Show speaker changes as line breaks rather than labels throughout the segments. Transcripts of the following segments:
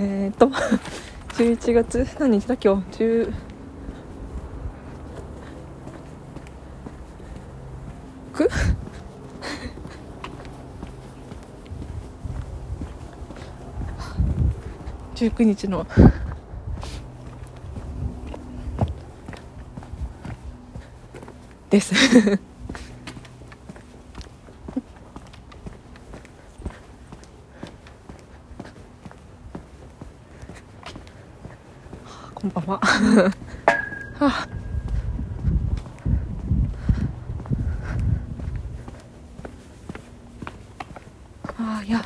11月何日だ今日19日のですこんばんははあ、いや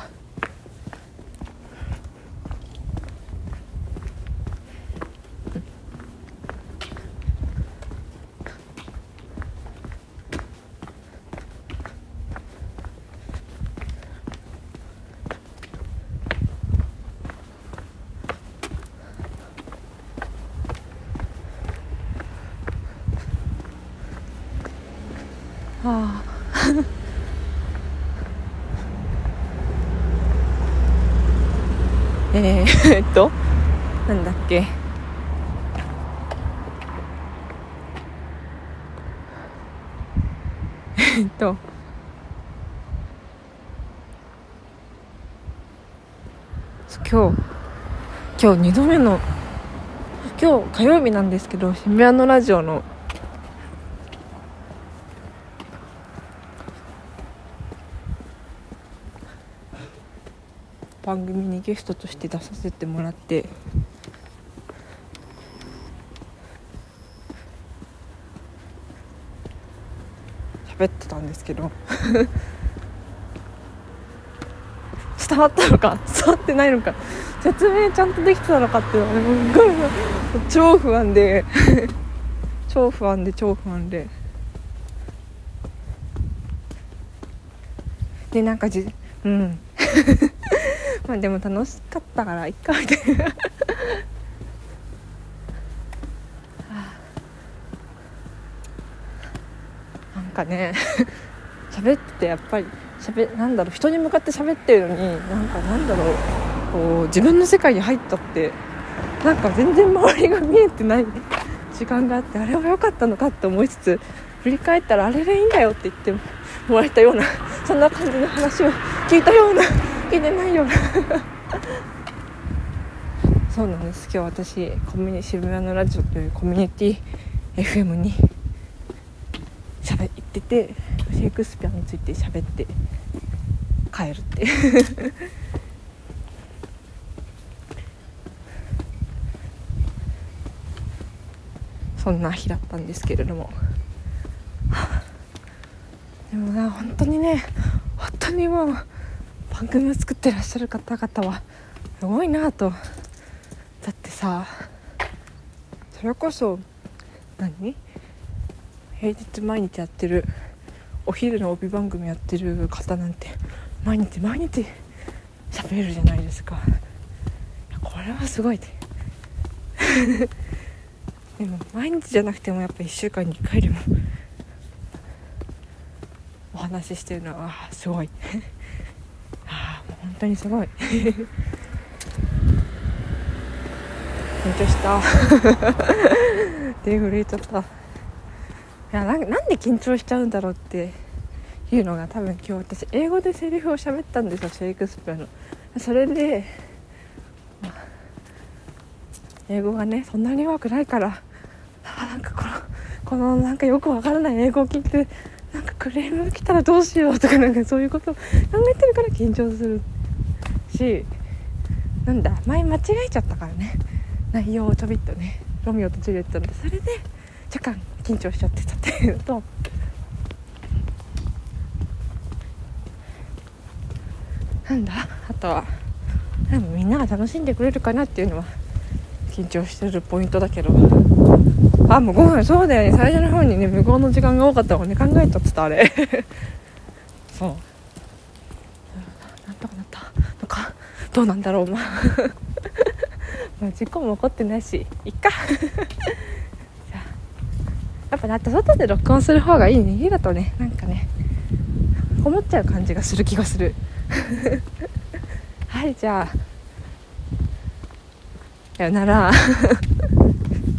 なんだっけ今日2度目の今日火曜日なんですけど、渋谷のラジオの番組にゲストとして出させてもらって喋ってたんですけど伝わったのか伝わってないのか説明ちゃんとできてたのかっていうのは超不安で超不安ででなんかまあでも楽しかったからいっかみたいななんかね喋ってやっぱりなんだろう、人に向かって喋ってるのになんだろう、こう自分の世界に入ったってなんか全然周りが見えてない時間があって、あれは良かったのかって思いつつ振り返ったらあれでいいんだよって言ってもらえたような、そんな感じの話を聞いたような聞いてないようなそうなんです。今日私渋谷のラジオというコミュニティ FM に行ってて、シェイクスピアについて喋って帰るってそんな日だったんですけれども、でもな本当にもう番組を作ってらっしゃる方々はすごいなと。だってさ、それこそ平日毎日やってるお昼の帯番組やってる方なんて毎日喋れるじゃないですか。これはすごいででも毎日じゃなくてもやっぱ1週間に1回でもお話ししてるのはすごいもう本当にすごい緊張した手震えちゃった。いやなんで緊張しちゃうんだろうっていうのが、多分今日私英語でセリフを喋ったんですよ、シェイクスピアの。それで、英語がねそんなに上手くないから、なんかこのなんかよくわからない英語を聞いてなんかクレームが来たらどうしようとか、なんかそういうことを考えてるから緊張するし、前間違えちゃったからね、内容をちょびっとね、ロミオとジュリエットので、それで若干緊張しちゃってたっていうのと、あとはでもみんなが楽しんでくれるかなっていうのは緊張してるポイントだけど、もう5分、そうだよね、最初の方にね無言の時間が多かったもんね、考えちゃってたあれそうなんとかなったのかどうなんだろうまあ事故も起こってないしいっかやっぱ外で録音する方がいいね。家だとねなんかねこもっちゃう感じがする気がするはい、じゃあさよなら